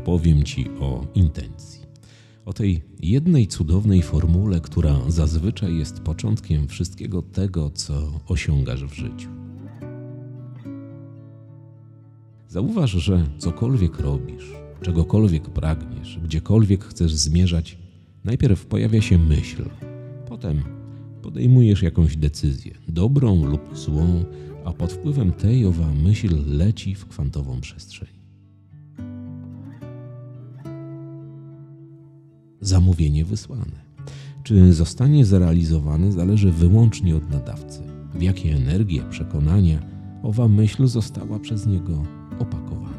opowiem Ci o intencji. O tej jednej cudownej formule, która zazwyczaj jest początkiem wszystkiego tego, co osiągasz w życiu. Zauważ, że cokolwiek robisz, czegokolwiek pragniesz, gdziekolwiek chcesz zmierzać, najpierw pojawia się myśl, potem podejmujesz jakąś decyzję, dobrą lub złą, a pod wpływem tej owa myśl leci w kwantową przestrzeń. Zamówienie wysłane. Czy zostanie zrealizowane, zależy wyłącznie od nadawcy. W jakie energie, przekonania owa myśl została przez niego opakowana.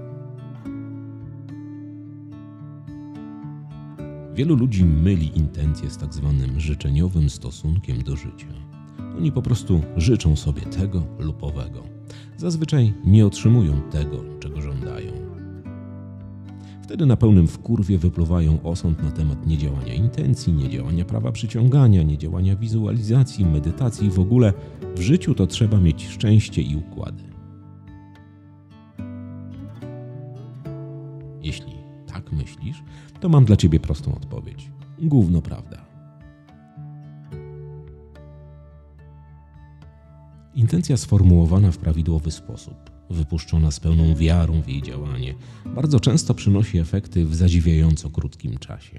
Wielu ludzi myli intencje z tak zwanym życzeniowym stosunkiem do życia. Oni po prostu życzą sobie tego lub owego. Zazwyczaj nie otrzymują tego, czego żądają. Wtedy na pełnym wkurwie wypluwają osąd na temat niedziałania intencji, niedziałania prawa przyciągania, niedziałania wizualizacji, medytacji. W ogóle w życiu to trzeba mieć szczęście i układy. Jeśli tak myślisz, to mam dla Ciebie prostą odpowiedź. Gówno prawda. Intencja sformułowana w prawidłowy sposób, wypuszczona z pełną wiarą w jej działanie, bardzo często przynosi efekty w zadziwiająco krótkim czasie.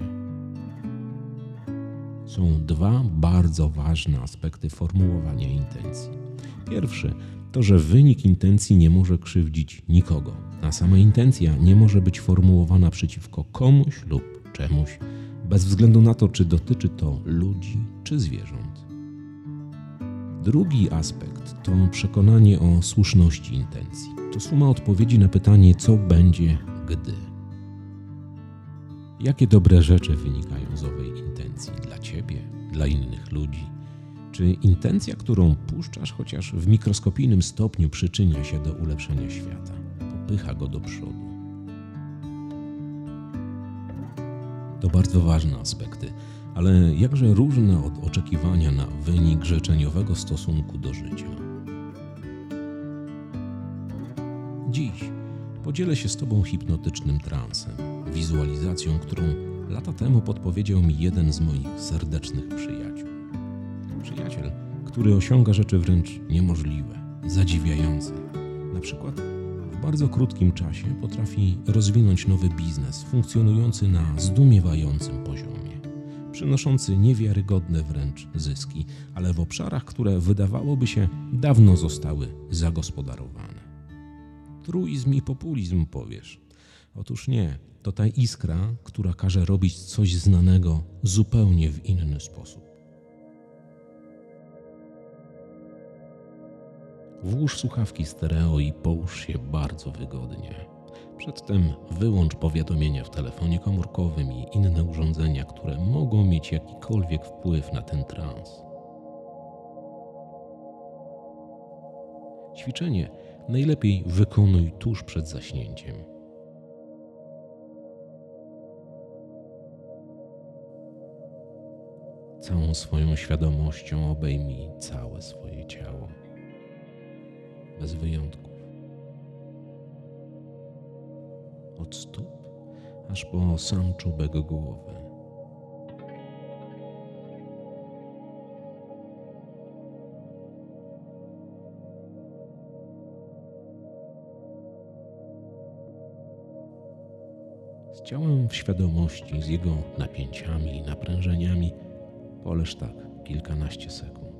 Są dwa bardzo ważne aspekty formułowania intencji. Pierwszy to, że wynik intencji nie może krzywdzić nikogo, a sama intencja nie może być formułowana przeciwko komuś lub czemuś, bez względu na to, czy dotyczy to ludzi czy zwierząt. Drugi aspekt to przekonanie o słuszności intencji. To suma odpowiedzi na pytanie, co będzie, gdy. Jakie dobre rzeczy wynikają z owej intencji dla Ciebie, dla innych ludzi? Czy intencja, którą puszczasz chociaż w mikroskopijnym stopniu przyczynia się do ulepszenia świata, popycha go do przodu? To bardzo ważne aspekty, ale jakże różne od oczekiwania na wynik życzeniowego stosunku do życia. Dziś podzielę się z Tobą hipnotycznym transem, wizualizacją, którą lata temu podpowiedział mi jeden z moich serdecznych przyjaciół. Przyjaciel, który osiąga rzeczy wręcz niemożliwe, zadziwiające. Na przykład w bardzo krótkim czasie potrafi rozwinąć nowy biznes funkcjonujący na zdumiewającym poziomie, przynoszący niewiarygodne wręcz zyski, ale w obszarach, które wydawałoby się dawno zostały zagospodarowane. Truizm i populizm, powiesz. Otóż nie, to ta iskra, która każe robić coś znanego zupełnie w inny sposób. Włóż słuchawki stereo i połóż się bardzo wygodnie. Przedtem wyłącz powiadomienia w telefonie komórkowym i inne urządzenia, które mogą mieć jakikolwiek wpływ na ten trans. Ćwiczenie najlepiej wykonuj tuż przed zaśnięciem. Całą swoją świadomością obejmij całe swoje ciało, bez wyjątków. Od stóp aż po sam czubek głowy. Z ciałem w świadomości, z jego napięciami i naprężeniami poleż tak kilkanaście sekund.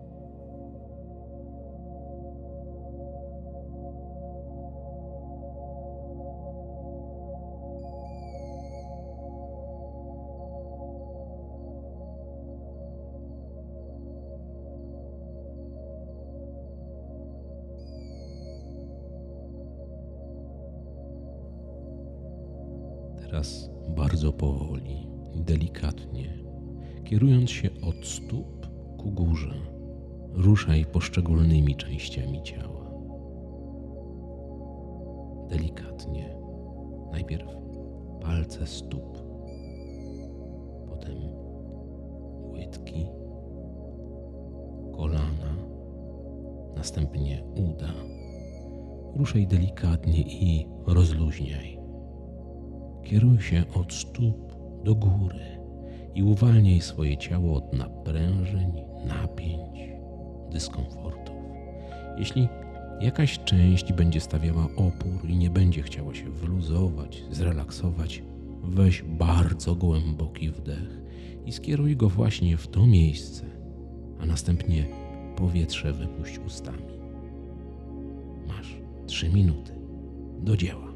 Teraz bardzo powoli i delikatnie, kierując się od stóp ku górze, ruszaj poszczególnymi częściami ciała. Delikatnie. Najpierw palce stóp, potem łydki, kolana, następnie uda. Ruszaj delikatnie i rozluźniaj. Kieruj się od stóp do góry i uwalniaj swoje ciało od naprężeń, napięć, dyskomfortów. Jeśli jakaś część będzie stawiała opór i nie będzie chciała się wyluzować, zrelaksować, weź bardzo głęboki wdech i skieruj go właśnie w to miejsce, a następnie powietrze wypuść ustami. Masz 3 minuty. Do dzieła.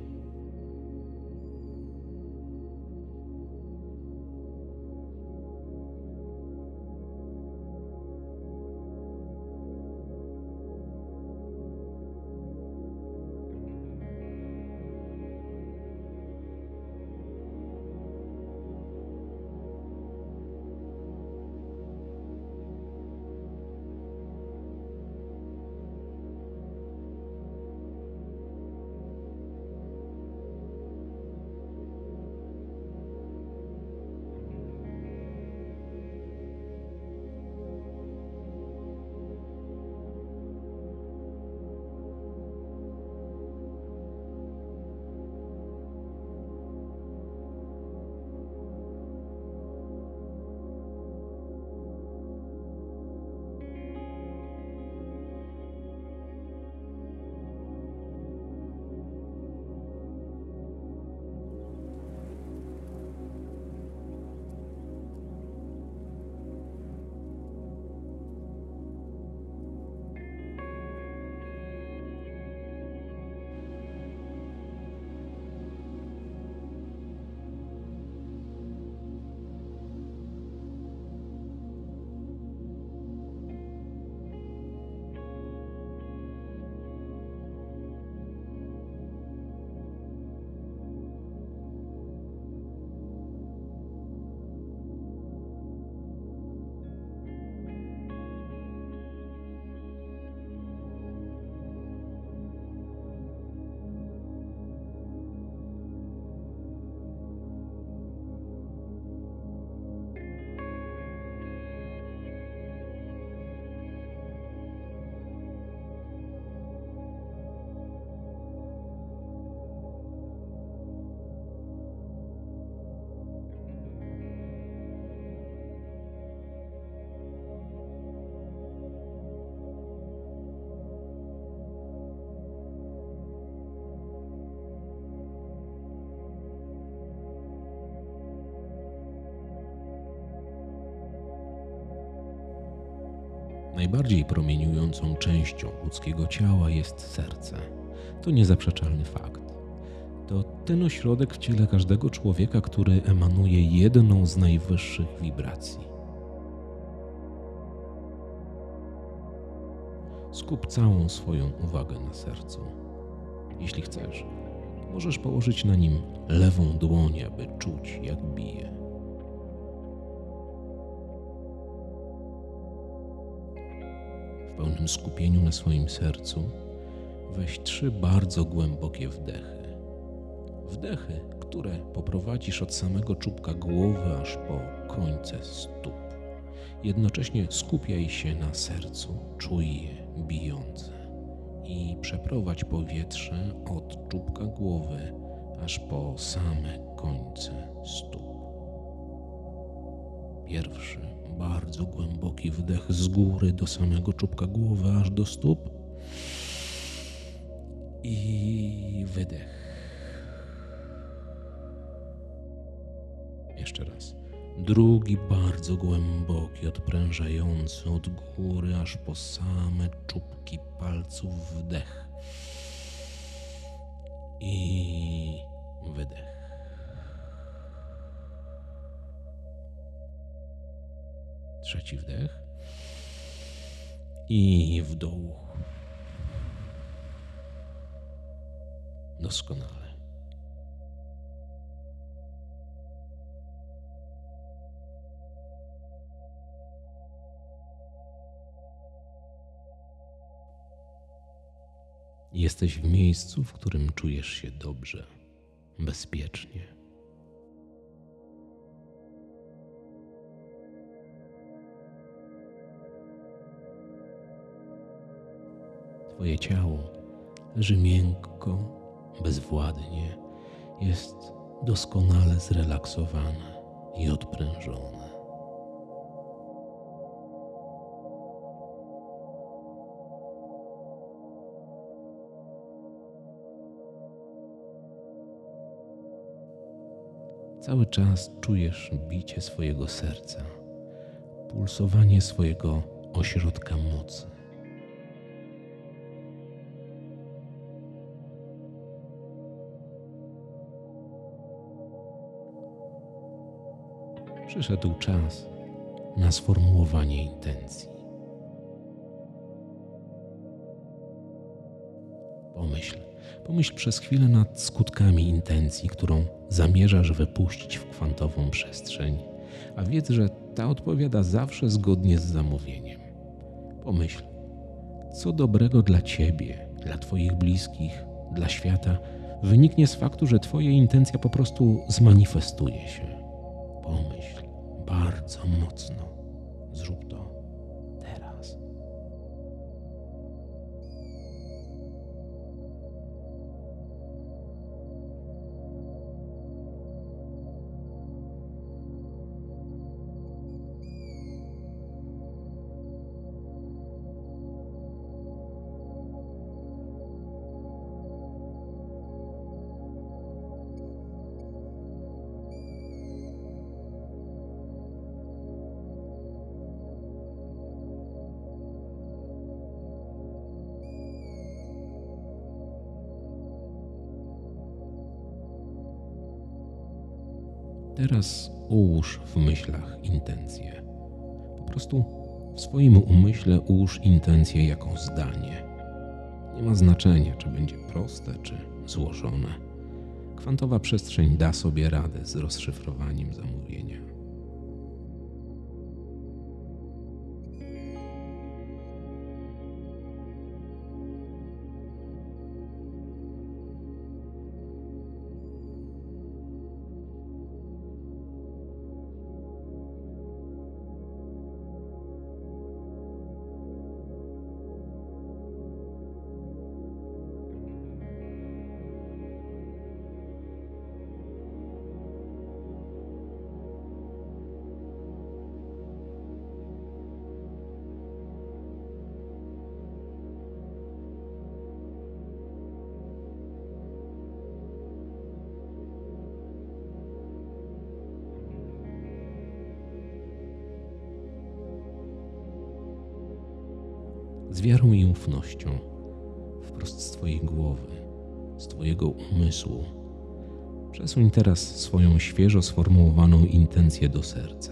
Najbardziej promieniującą częścią ludzkiego ciała jest serce. To niezaprzeczalny fakt. To ten ośrodek w ciele każdego człowieka, który emanuje jedną z najwyższych wibracji. Skup całą swoją uwagę na sercu. Jeśli chcesz, możesz położyć na nim lewą dłoń, aby czuć, jak bije. W pełnym skupieniu na swoim sercu weź 3 bardzo głębokie wdechy. Wdechy, które poprowadzisz od samego czubka głowy aż po końce stóp. Jednocześnie skupiaj się na sercu, czuj je bijące i przeprowadź powietrze od czubka głowy aż po same końce stóp. Pierwszy, bardzo głęboki wdech z góry do samego czubka głowy aż do stóp i wydech. Jeszcze raz. Drugi, bardzo głęboki, odprężający od góry aż po same czubki palców wdech i wydech. Trzeci wdech i w dół. Doskonale. Jesteś w miejscu, w którym czujesz się dobrze, bezpiecznie. Twoje ciało leży miękko, bezwładnie, jest doskonale zrelaksowane i odprężone. Cały czas czujesz bicie swojego serca, pulsowanie swojego ośrodka mocy. Przyszedł czas na sformułowanie intencji. Pomyśl przez chwilę nad skutkami intencji, którą zamierzasz wypuścić w kwantową przestrzeń, a wiedz, że ta odpowiada zawsze zgodnie z zamówieniem. Pomyśl, co dobrego dla Ciebie, dla Twoich bliskich, dla świata wyniknie z faktu, że Twoja intencja po prostu zmanifestuje się. Pomyśl bardzo mocno. Zrób to teraz. Teraz ułóż w myślach intencję. Po prostu w swoim umyśle ułóż intencję jako zdanie. Nie ma znaczenia, czy będzie proste, czy złożone. Kwantowa przestrzeń da sobie radę z rozszyfrowaniem zamówienia. Z wiarą i ufnością, wprost z Twojej głowy, z Twojego umysłu, przesuń teraz swoją świeżo sformułowaną intencję do serca.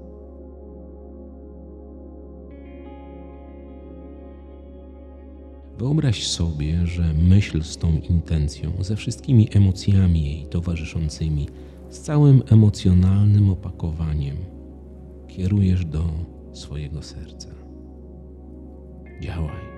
Wyobraź sobie, że myśl z tą intencją, ze wszystkimi emocjami jej towarzyszącymi, z całym emocjonalnym opakowaniem kierujesz do swojego serca. Działaj.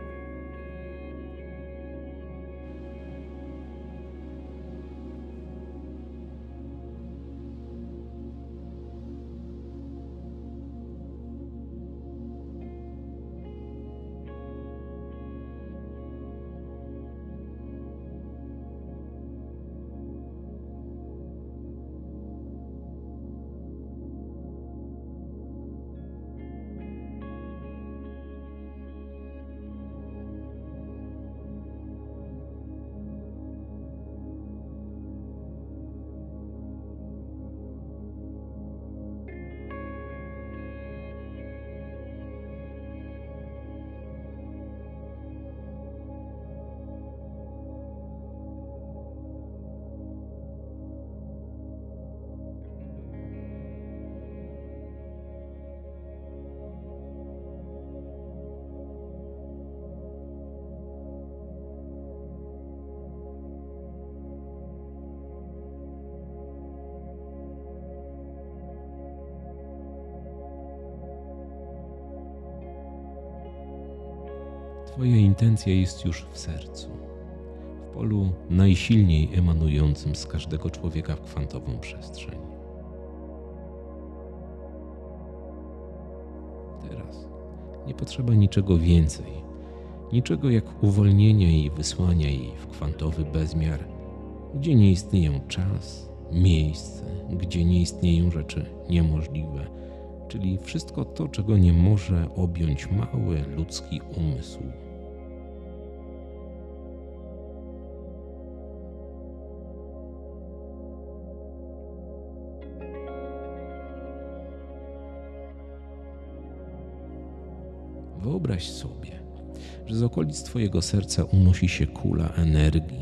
Twoja intencja jest już w sercu, w polu najsilniej emanującym z każdego człowieka w kwantową przestrzeń. Teraz nie potrzeba niczego więcej, niczego jak uwolnienie i wysłanie jej w kwantowy bezmiar, gdzie nie istnieją czas miejsce, gdzie nie istnieją rzeczy niemożliwe, czyli wszystko to, czego nie może objąć mały ludzki umysł. Wyobraź sobie, że z okolic twojego serca unosi się kula energii.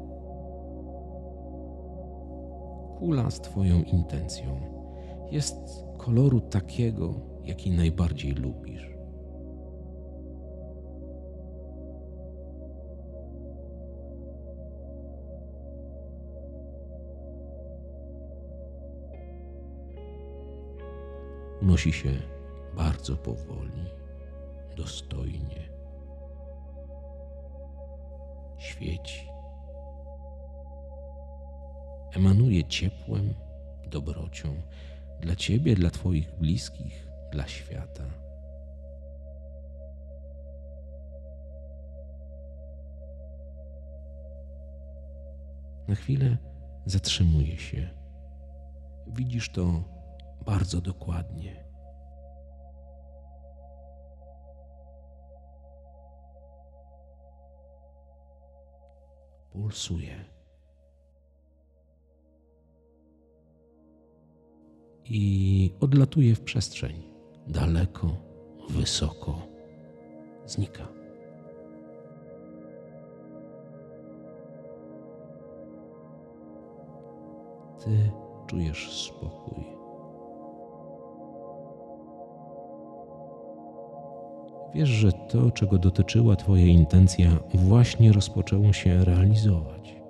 Kula z twoją intencją. Jest koloru takiego, jaki najbardziej lubisz. Unosi się bardzo powoli, dostojnie. Świeci. Emanuje ciepłem, dobrocią dla ciebie, dla twoich bliskich, dla świata. Na chwilę zatrzymuje się. Widzisz to bardzo dokładnie. Pulsuje. I odlatuje w przestrzeń. Daleko, wysoko. Znika. Ty czujesz spokój. Wiesz, że to, czego dotyczyła twoja intencja, właśnie rozpoczęło się realizować.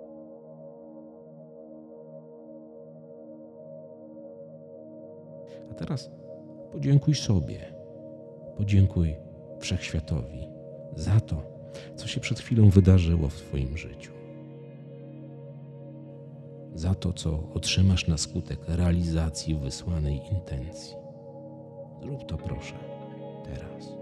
A teraz podziękuj sobie, podziękuj Wszechświatowi za to, co się przed chwilą wydarzyło w twoim życiu. Za to, co otrzymasz na skutek realizacji wysłanej intencji. Zrób to proszę teraz.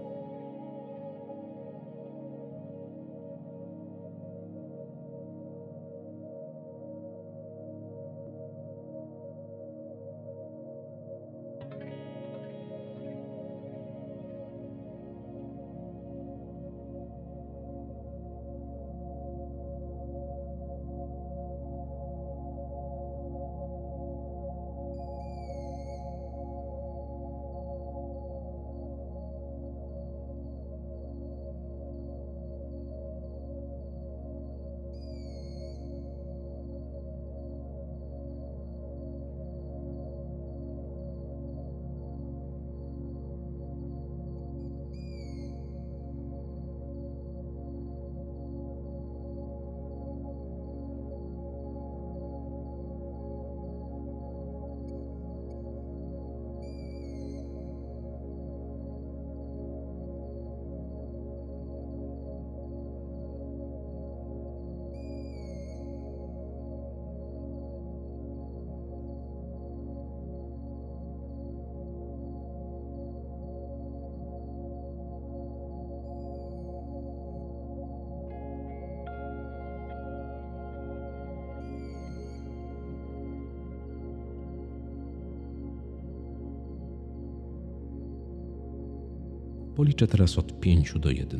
Policzę teraz od 5 do 1.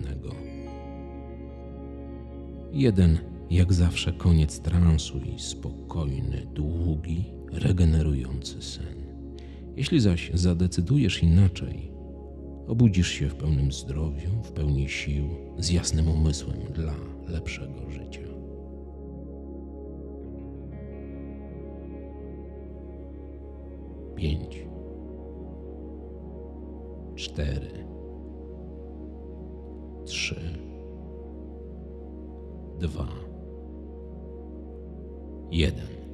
1, jak zawsze koniec transu i spokojny, długi, regenerujący sen. Jeśli zaś zadecydujesz inaczej, obudzisz się w pełnym zdrowiu, w pełni sił, z jasnym umysłem dla lepszego życia. 5, 4, 3, 2, 1.